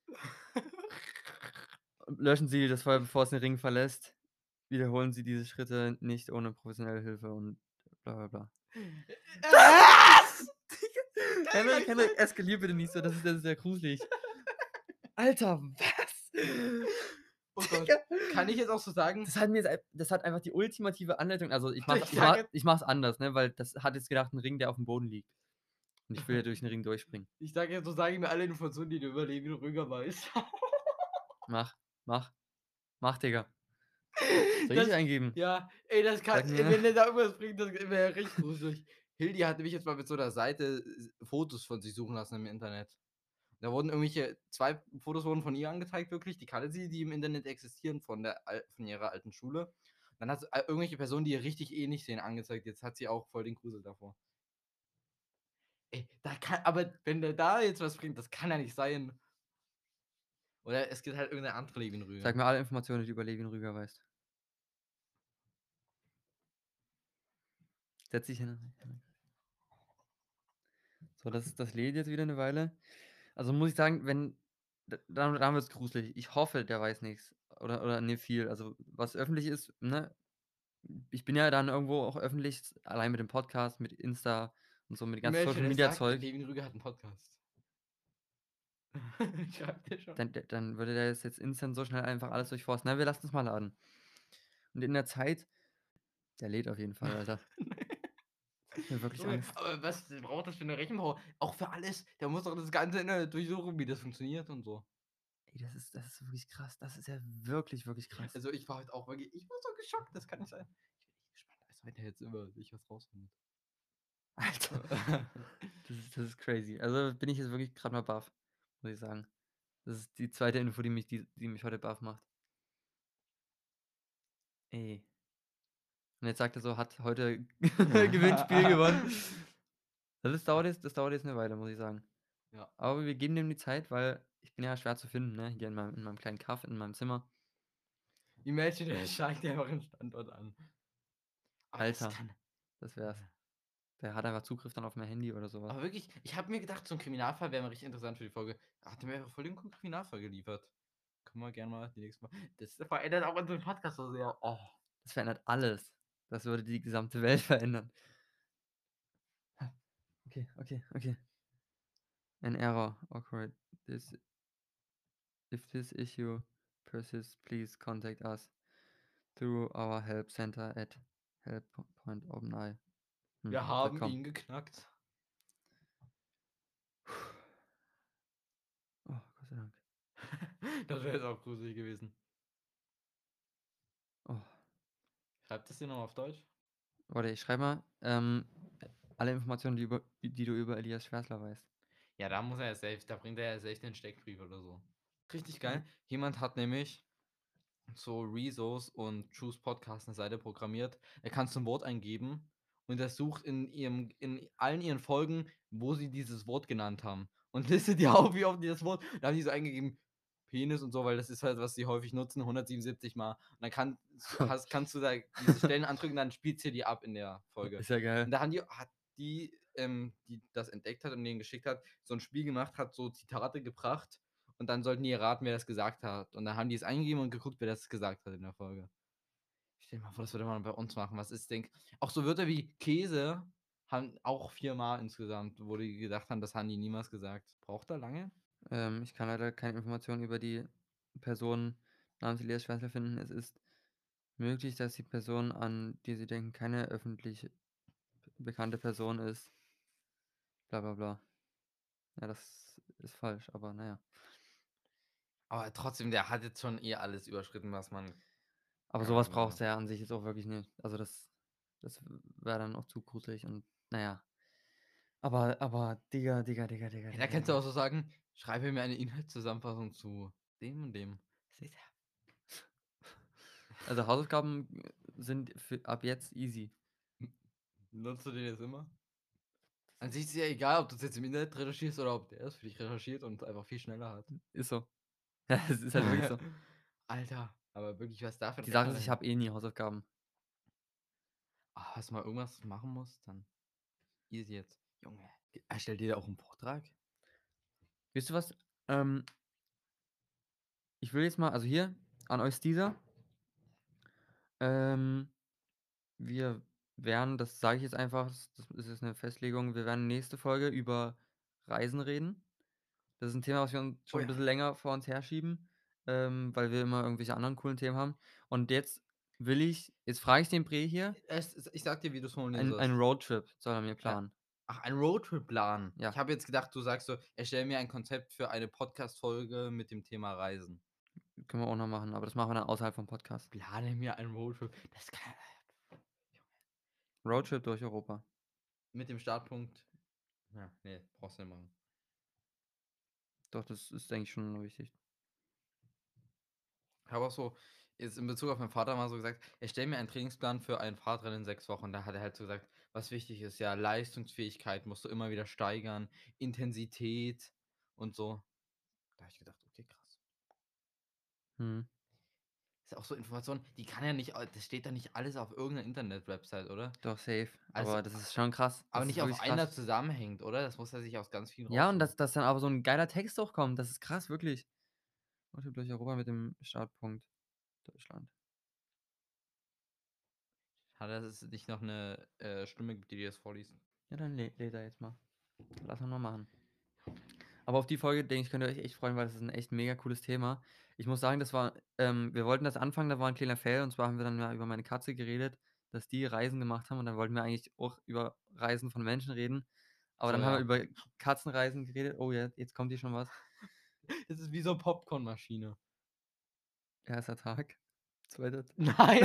Löschen Sie das Feuer, bevor es den Ring verlässt. Wiederholen Sie diese Schritte nicht ohne professionelle Hilfe und bla bla bla. Was? Henrik, Henrik, eskalier bitte nicht so, das ist das ist ja gruselig. Alter, was? Oh Gott. Digga. Kann ich jetzt auch so sagen? Das hat mir jetzt ei das hat einfach die ultimative Anleitung, also ich mache Ich ich mache sage ich mache es anders, ne, weil das hat jetzt gedacht 'n Ring, der aufm Boden liegt. Und ich will ja durch 'n Ring durchspringen. Ich sage jetzt so, sage mir alle Informationen, die du über Levi Rüger weißt. Mach, mach, mach, Digga. Soll Das ich eingeben? ja, ey, das kann Sag mir, ey, ne? wenn der da irgendwas bringt, das wäre ja richtig gruselig. Hildi hat nämlich jetzt mal mit so 'ner Seite s Fotos von sich suchen lassen im Internet. Da wurden irgendwelche zwei Fotos wurden von ihr angezeigt wirklich, die kannte sie, die im Internet existieren von der al von ihrer alten Schule. Dann hat sie a irgendwelche Personen, die ihr richtig ähnlich sehen, angezeigt. Jetzt hat sie auch voll den Grusel davor. Ey, da kann aber wenn der da jetzt was bringt, das kann ja nicht sein. Oder es gibt halt irgend 'ne andere Levin Rüger. Sag mir alle Informationen, die du über Levin Rüger weißt. Setz dich hin. So, das das lädt jetzt wieder 'ne Weile. Also, muss ich sagen, wenn d dann dann wird's gruselig. Ich hoffe, der weiß nix oder oder ne, viel. Also, was öffentlich ist, ne? Ich bin ja dann irgendwo auch öffentlich, allein mit dem Podcast, mit Insta und so, mit dem ganzen Imagine, Social er Media sagt, Zeug. Levin Rüger hat 'n Podcast. Schreibt er schon. Dann d dann würde der das jetzt instant so schnell einfach alles durchforsten. Na, wir lassen's mal laden. Und in der Zeit der lädt auf jeden Fall, Alter. Macht mir wirklich Junge, Angst. aber was braucht das für 'ne Rechenpower? Auch für alles. Der muss doch das ganze Internet durchsuchen, wie das funktioniert und so. Ey, das ist das ist wirklich krass. Das ist ja wirklich, wirklich krass. Also, ich war heute auch wirklich ich war so geschockt, das kann nicht sein. Ich bin echt gespannt, was heute jetzt über sich was rausfindet. Alter. Das ist das ist crazy. Also, bin ich jetzt wirklich grad mal baff, muss ich sagen. Das ist die zweite Info, die mich die die mich heute baff macht. Ey. Und jetzt sagt er so, hat heute Gewinnspiel gewonnen. Das dauert jetzt das dauert jetzt 'ne Weile, muss ich sagen. Ja. Aber wir geben dem die Zeit, weil ich bin ja schwer zu finden, ne, hier in meinem in meinem kleinen Kaff, in meinem Zimmer. Imagine, er zeigt dir einfach 'n Standort an. Aber das Alter, kann das wär's. Der hat einfach Zugriff dann auf mein Handy oder so was. Aber wirklich, ich habe mir gedacht, so 'n Kriminalfall wäre mal richtig interessant für die Folge. Da hat er mir einfach voll den guten Kriminalfall geliefert. Können wir gerne mal die nächste Mal das verändert auch unseren Podcast so sehr. Oh. Das verändert alles. Das würde die gesamte Welt verändern. Okay, okay, okay. An error occurred. This if this issue persists, please contact us through our help center at help point openeye. Hm, Wir haben .com. ihn geknackt. Oh, Gott sei Dank. Das wäre jetzt auch gruselig gewesen. Oh. Schreibt das dir noch mal auf Deutsch? Warte, ich schreibe mal, ähm, alle Informationen, die über die du über Elias Schwärzler weißt. Ja, da muss er ja safe da bringt er ja safe den Steckbrief oder so. Richtig geil. Jemand hat nämlich so Rezos und Choose Podcast 'ne Seite programmiert. Da kannst du 'n Wort eingeben und das sucht in ihrem in allen ihren Folgen, wo sie dieses Wort genannt haben. Und listet dir auf, wie oft die das Wort da haben die so eingegeben, Penis und so, weil das ist halt, was sie häufig nutzen, hundertsiebenundsiebzig Mal. Und dann kann hast kannst du da diese Stellen andrücken, dann spielt sie die ab in der Folge. Ist ja geil. Und da haben die hat die, ähm, die das entdeckt hat und denen geschickt hat, so 'n Spiel gemacht, hat so Zitate gebracht und dann sollten die erraten, wer das gesagt hat. Und dann haben die es eingegeben und geguckt, wer das gesagt hat in der Folge. Stell dir mal vor, das würde man bei uns machen. Was ist denk auch so Wörter wie Käse haben auch viermal insgesamt, wo die gedacht haben, das haben die niemals gesagt. Braucht er lange? Ähm, ich kann leider keine Informationen über die Person namens Elias Schwärzler finden. Es ist möglich, dass die Person, an die sie denken, keine öffentlich bekannte Person ist. Bla bla bla. Ja, das ist falsch, aber na ja. Aber trotzdem, der hat jetzt schon eh alles überschritten, was man Aber so was erwarten brauchst kann. du ja an sich jetzt auch wirklich nicht. Also, das das wäre dann auch zu gruselig und na ja. Aber aber Digga, Digga, Digga, Digga, Ja, da Digga, kannst du Digga. auch so sagen: „Schreibe mir eine Inhaltszusammenfassung zu dem und dem.“ Das ist ja Also, Hausaufgaben sind für ab jetzt easy. Nutzt du den jetzt immer? An sich ist ja egal, ob du's jetzt im Internet recherchierst oder ob der es für dich recherchiert und einfach viel schneller hat. Ist so. Ja, es ist halt wirklich so. Alter, aber wirklich, was da für 'n Die Sache Rechner ist, ich dahin habe eh nie Hausaufgaben. Ah, falls du mal irgendwas machen musst, dann easy jetzt. Junge, erstellt ihr da auch 'n Vortrag? Wisst ihr was? Ähm ich will jetzt mal also hier an euch Steezer. Ähm, wir werden, das sage ich jetzt einfach, das das ist jetzt 'ne Festlegung, wir werden nächste Folge über Reisen reden. Das ist 'n Thema, was wir uns Oh schon 'n ja. bisschen länger vor uns herschieben, ähm, weil wir immer irgendwelche anderen coolen Themen haben. Und jetzt will ich jetzt frage ich den Bre hier Es es ich sage dir, wie du's formulieren ein ein sollst. Roadtrip soll er mir Äh, planen. ach, ein Roadtrip planen. Ich Ja. habe jetzt gedacht, du sagst so: „Erstelle mir ein Konzept für eine Podcast-Folge mit dem Thema Reisen.“ Können wir auch noch machen, aber das machen wir dann außerhalb vom Podcast. Plane mir einen Roadtrip. Das kann Junge. Roadtrip durch Europa. Mit dem Startpunkt ja, ne, brauchst du nicht machen. Doch, das ist, denke ich, schon wichtig. Habe auch so jetzt in Bezug auf meinen Vater mal so gesagt: „Erstelle mir einen Trainingsplan für ein Fahrtrennen in sechs Wochen.“ Da hat er halt so gesagt, was wichtig ist, ja, Leistungsfähigkeit musst du immer wieder steigern, Intensität und so. Da habe ich gedacht: „Okay, krass.“ Mhm. Ist ja auch so Information, die kann ja nicht das steht da nicht alles auf irgend 'ner Internet-Website, oder? Doch, safe. Also, Aber das ist schon krass. aber Das ist nicht auf wirklich krass. einer zusammenhängt, oder? Das muss er sich aus ganz vielen Ja, und raussuchen. dass dass dann aber so 'n geiler Text auch kommt, das ist krass, wirklich. Roadtrip durch Europa mit dem Startpunkt Deutschland. Schade, dass es nicht noch 'ne, äh, Stimme gibt, die dir das vorliest. Ja, dann lä lädt er jetzt mal. Lass ihn mal machen. Aber auf die Folge, denke ich, könnt ihr euch echt freuen, weil das ist 'n echt mega cooles Thema. Ich muss sagen, das war ähm, wir wollten das anfangen, da war 'n kleiner Fail, und zwar haben wir dann ja über meine Katze geredet, dass die Reisen gemacht haben, und dann wollten wir eigentlich auch über Reisen von Menschen reden. Aber So, dann haben wir ja. über Katzenreisen geredet. Oh ja, jetzt kommt hier schon was. Das ist wie so Popcornmaschine. Erster Tag, zweiter T Nein.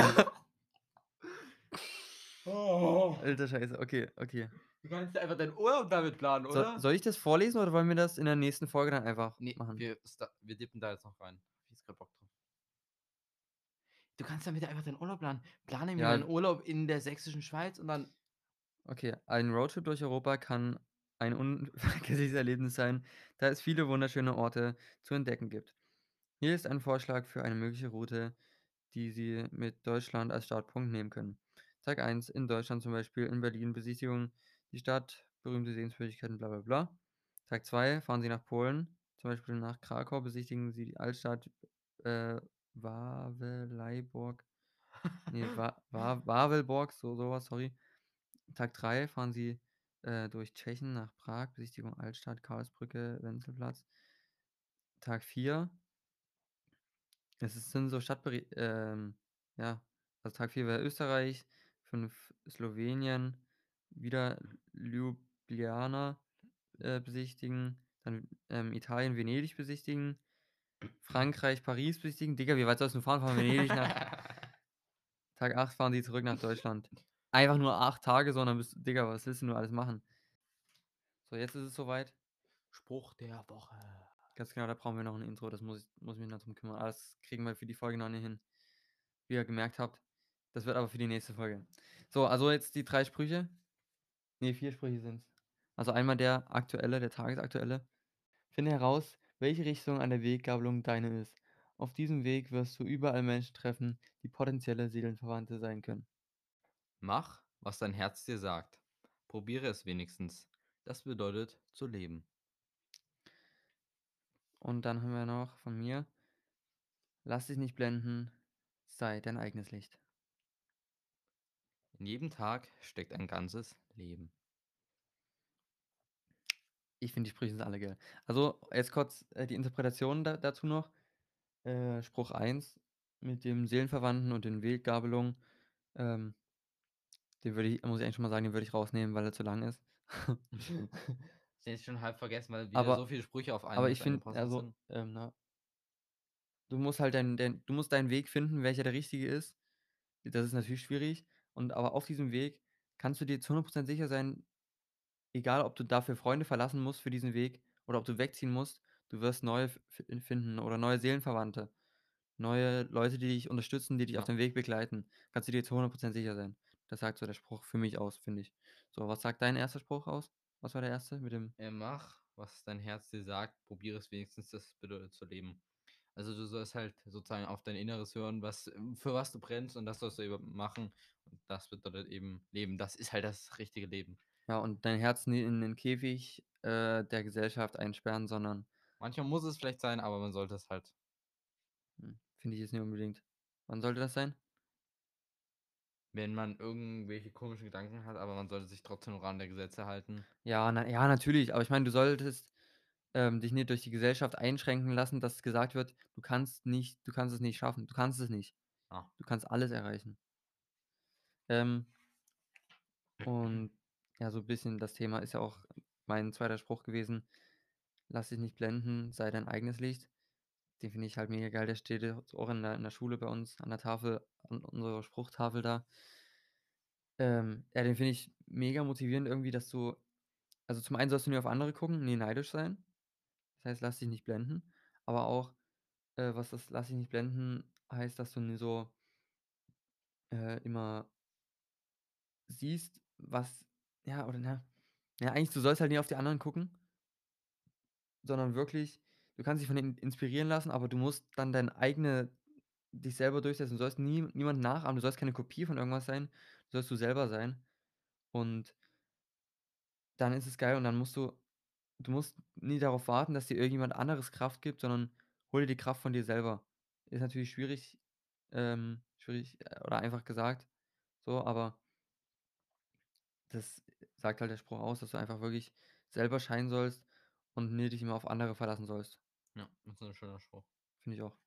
Oh. Alter Scheiße, okay, okay. Du kannst ja einfach deinen Urlaub damit planen, So oder? soll ich das vorlesen oder wollen wir das in der nächsten Folge dann einfach Ne, machen? wir sta wir dippen da jetzt noch rein. Habe ich jetzt grad Bock drauf. Du kannst damit ja einfach deinen Urlaub planen. Plane mir meinen Ja. Urlaub in der sächsischen Schweiz und dann Okay, ein Roadtrip durch Europa kann ein unvergessliches Erlebnis sein, da es viele wunderschöne Orte zu entdecken gibt. Hier ist ein Vorschlag für eine mögliche Route, die Sie mit Deutschland als Startpunkt nehmen können. Tag eins in Deutschland, zum Beispiel in Berlin, Besichtigung die Stadt, berühmte Sehenswürdigkeiten, bla bla bla. Tag zwei fahren Sie nach Polen, zum Beispiel nach Krakau, besichtigen Sie die Altstadt, äh, Wawelleiburg, ne, Wa Wa Wawelborg, so so was, sorry. Tag drei fahren Sie, äh, durch Tschechien nach Prag, Besichtigung Altstadt, Karlsbrücke, Wenzelplatz. Tag vier es ist sind so Stadtberi ähm, ja, also Tag vier wäre Österreich, fünf Slowenien, wieder Ljubljana, äh, besichtigen, dann, ähm, Italien, Venedig besichtigen, Frankreich, Paris besichtigen. Digga, wie weit sollst du fahren von Venedig nach Tag acht fahren Sie zurück nach Deutschland. Einfach nur acht Tage, so, und dann bist du Digga, was willst du nur alles machen? So, jetzt ist es so weit. Spruch der Woche. Ganz genau, da brauchen wir noch 'n Intro, das muss ich muss ich mich noch drum kümmern. Aber das kriegen wir für die Folge noch nicht hin. Wie ihr gemerkt habt, das wird aber für die nächste Folge. So, also jetzt die drei Sprüche. Ne, vier Sprüche sind's. Also einmal der aktuelle, der tagesaktuelle. Finde heraus, welche Richtung an der Weggabelung deine ist. Auf diesem Weg wirst du überall Menschen treffen, die potenzielle Seelenverwandte sein können. Mach, was dein Herz dir sagt. Probiere es wenigstens. Das bedeutet zu leben. Und dann haben wir noch von mir: Lass dich nicht blenden, sei dein eigenes Licht. In jedem Tag steckt ein ganzes Leben. Ich finde, die Sprüche sind alle geil. Also, jetzt kurz, äh, die Interpretation da dazu noch. Äh, Spruch eins mit dem Seelenverwandten und den Weggabelungen, ähm den würde ich muss ich eigentlich schon mal sagen, den würde ich rausnehmen, weil er zu lang ist. Den jetzt schon halb vergessen, weil wieder so Aber viele Sprüche auf einen aber jetzt ich finde, eingeprasselt also, sind. ähm, ne du musst halt deinen dein du musst deinen Weg finden, welcher der richtige ist. Das ist natürlich schwierig. Und aber auf diesem Weg kannst du dir zu hundert Prozent sicher sein, egal ob du dafür Freunde verlassen musst für diesen Weg oder ob du wegziehen musst, du wirst neue f f finden oder neue Seelenverwandte, neue Leute, die dich unterstützen, die dich auf Ja. dem Weg begleiten. Kannst du dir zu hundert Prozent sicher sein. Das sagt so der Spruch für mich aus, finde ich. So, was sagt dein erster Spruch aus? Was war der erste mit dem Äh, mach, was dein Herz dir sagt, probiere es wenigstens, das bedeutet zu leben. Also, du sollst halt sozusagen auf dein Inneres hören, was ähm, für was du brennst und das sollst du eben machen. Und das bedeutet eben Leben. Das ist halt das richtige Leben. Ja, und dein Herz nie in den Käfig, äh, der Gesellschaft einsperren, sondern Manchmal muss es vielleicht sein, aber man sollte es halt hm, finde ich jetzt nicht unbedingt. Wann sollte das sein? wenn man irgendwelche komischen Gedanken hat, aber man sollte sich trotzdem im Rahmen der Gesetze halten. Ja, na ja, natürlich, aber ich meine, du solltest, ähm, dich nicht durch die Gesellschaft einschränken lassen, dass gesagt wird: „Du kannst nicht du kannst es nicht schaffen. Du kannst es nicht. Ah, Du kannst alles erreichen.“ Ähm, und ja, so 'n bisschen das Thema ist ja auch mein zweiter Spruch gewesen: „Lass dich nicht blenden, sei dein eigenes Licht.“ Den finde ich halt mega geil. Der steht jetzt auch in der in der Schule bei uns an der Tafel, an unserer Spruchtafel da. Ähm, ja, den finde ich mega motivierend irgendwie, dass du also, zum einen sollst du nie auf andere gucken, nie neidisch sein. Das heißt, lass dich nicht blenden, aber auch, äh, was das „lass dich nicht blenden“ heißt, dass du nie so, äh, immer siehst, was ja, oder na ja, eigentlich, du sollst halt nie auf die anderen gucken, sondern wirklich du kannst dich von denen inspirieren lassen, aber du musst dann deine eigene dich selber durchsetzen. Du sollst nie niemanden nachahmen, du sollst keine Kopie von irgendwas sein, du sollst du selber sein. Und dann ist es geil und dann musst du du musst nie darauf warten, dass dir irgendjemand anderes Kraft gibt, sondern hol dir die Kraft von dir selber. Ist natürlich schwierig, ähm, schwierig, äh, oder einfach gesagt, so, aber das sagt halt der Spruch aus, dass du einfach wirklich selber scheinen sollst und nie dich immer auf andere verlassen sollst. ja, das ist ein schöner Spruch. Finde ich auch.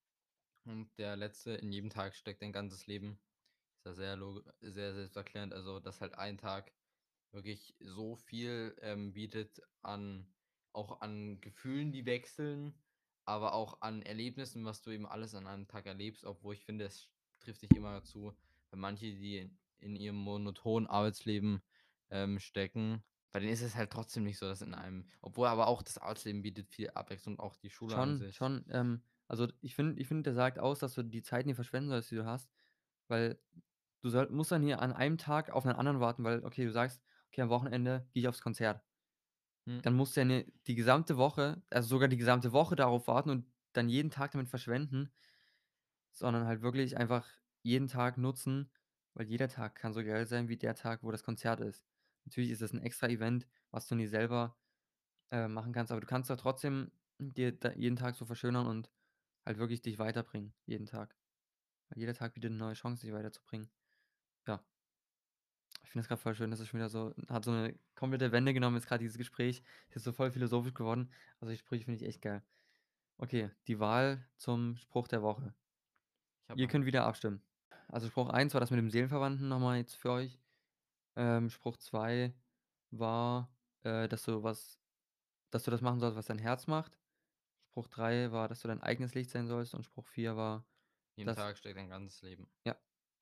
Und der letzte: „In jedem Tag steckt dein ganzes Leben.“ Ist ja sehr logi sehr selbsterklärend. Also, dass halt ein Tag wirklich so viel, ähm, bietet an auch an Gefühlen, die wechseln, aber auch an Erlebnissen, was du eben alles an einem Tag erlebst, obwohl ich finde, es trifft nicht immer zu. Weil manche, die in in ihrem monotonen Arbeitsleben, ähm, stecken, bei denen ist es halt trotzdem nicht so, dass in einem obwohl aber auch das Arbeitsleben bietet viel Abwechslung, auch die Schule an Schon, sich. schon, ähm, also, ich finde ich finde, der sagt aus, dass du die Zeit nie verschwenden sollst, die du hast, weil du soll musst dann hier an einem Tag auf 'nen anderen warten, weil okay, du sagst: „Okay, am Wochenende gehe ich aufs Konzert.“ Mhm. Dann musst du ja, ne, die gesamte Woche also, sogar die gesamte Woche darauf warten und dann jeden Tag damit verschwenden, sondern halt wirklich einfach jeden Tag nutzen, weil jeder Tag kann so geil sein wie der Tag, wo das Konzert ist. Natürlich ist das 'n extra Event, was du nie selber, äh, machen kannst, aber du kannst doch trotzdem dir da jeden Tag so verschönern und halt wirklich dich weiterbringen, jeden Tag. Weil jeder Tag bietet 'ne neue Chance, dich weiterzubringen. Ja, ich finde das grad voll schön, dass es schon wieder so hat so 'ne komplette Wende genommen jetzt grad dieses Gespräch. Ist jetzt so voll philosophisch geworden. Also, die Sprüche finde ich echt geil. Okay, die Wahl zum Spruch der Woche. Ich habe Ihr einen. könnt wieder abstimmen. Also, Spruch eins war das mit dem Seelenverwandten noch mal jetzt für euch. Ähm, Spruch zwei war, äh, dass du was dass du das machen sollst, was dein Herz macht. Spruch drei war, dass du dein eigenes Licht sein sollst und Spruch vier war, Jeden dass Tag steckt dein ganzes Leben. ja,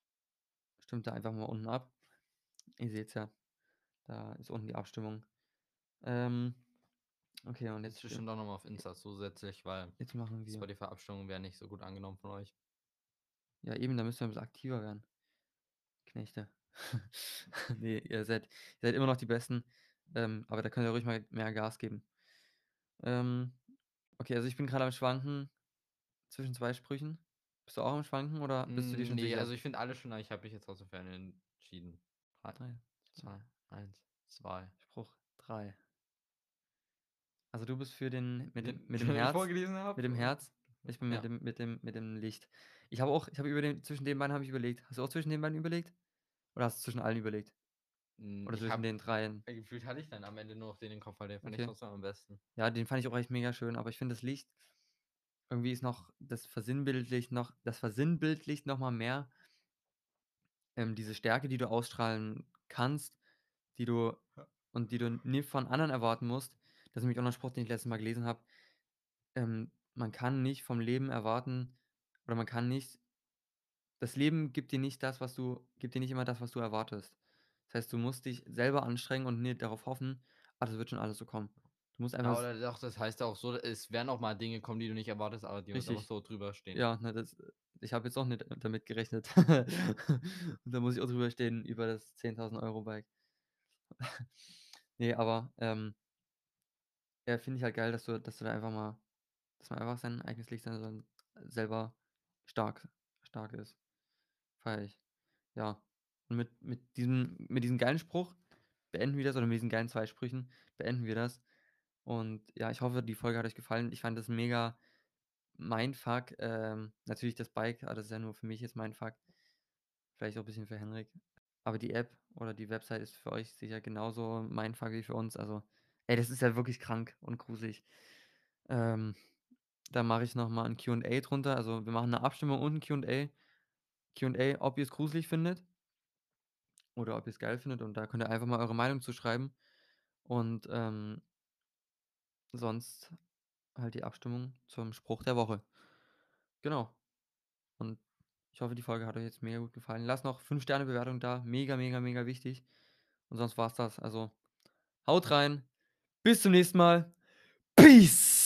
stimmt da einfach mal unten ab. Ihr seht's ja, da ist unten die Abstimmung. Ähm, okay, und Gibt's jetzt sti bestimmt auch noch mal auf Insta zusätzlich, weil jetzt machen die wir Spotify-Abstimmungen werden nicht so gut angenommen von euch. ja eben, da müsst ihr 'n bisschen aktiver werden, Knechte. Ne, ihr seid ihr seid immer noch die Besten, ähm, aber da könnt ihr ruhig mal mehr Gas geben. Ähm, okay, also ich bin grade am Schwanken zwischen zwei Sprüchen. Bist du auch am Schwanken oder bist du dir Hm, schon ne, sicher? also ich finde alle schon, aber ich habe mich jetzt trotzdem für einen entschieden. drei, drei, zwei, zwei, eins, zwei. Spruch drei. Also, du bist für den mit dem Den mit dem den ich Herz vorgelesen mit dem habe? Herz. Ich bin mit Ja. dem mit dem mit dem Licht. Ich habe auch ich habe über den zwischen den beiden habe ich überlegt. Hast du auch zwischen den beiden überlegt? Oder hast du zwischen allen überlegt? Hm, Oder ich zwischen habe den dreien? äh, gefühlt hatte ich dann am Ende nur noch den im Kopf, weil den fand ich Okay. trotzdem am besten. Ja, den fand ich auch echt mega schön, aber ich finde das Licht irgendwie ist noch das versinnbildlicht noch das versinnbildlicht noch mal mehr, ähm, diese Stärke, die du ausstrahlen kannst, die du Ja. und die du nie von anderen erwarten musst. Das ist nämlich auch 'n Spruch, den ich letztes Mal gelesen habe. Ähm, man kann nicht vom Leben erwarten oder man kann nicht das Leben gibt dir nicht das, was du gibt dir nicht immer das, was du erwartest. Das heißt, du musst dich selber anstrengen und nicht darauf hoffen: „Ah, das wird schon alles so kommen.“ Du musst einfach Ja, s oder doch, das heißt ja auch so, es werden auch mal Dinge kommen, die du nicht erwartest, aber die da musst richtig. du drüber stehen. Ja, ne, das ich habe jetzt auch nicht damit gerechnet. Und da muss ich auch drüber stehen, über das zehntausend Euro Bike. Ne, aber, ähm, ja, finde ich halt geil, dass du dass du da einfach mal dass man einfach sein eigenes Licht dann dann selber stark stark ist. Feiere ich. Ja, und mit mit diesem mit diesem geilen Spruch beenden wir das oder mit diesen geilen zwei Sprüchen beenden wir das. Und ja, ich hoffe, die Folge hat euch gefallen. Ich fand das mega Mindfuck. Ähm, natürlich das Bike, aber das ist ja nur für mich jetzt Mindfuck. Vielleicht auch 'n bisschen für Henrik. Aber die App oder die Website ist für euch sicher genauso Mindfuck wie für uns. Also, ey, das ist ja wirklich krank und gruselig. Ähm, da mache ich noch mal 'n Q und A drunter. Also, wir machen 'ne Abstimmung und 'n Q und A. Q und A, ob ihr's gruselig findet oder ob ihr's geil findet und da könnt ihr einfach mal eure Meinung zu schreiben. Und, ähm sonst halt die Abstimmung zum Spruch der Woche. Genau. Und ich hoffe, die Folge hat euch jetzt mega gut gefallen. Lasst noch fünf Sterne Bewertung da. Mega, mega, mega wichtig. Und sonst war's das. Also, haut rein. Bis zum nächsten Mal. Peace.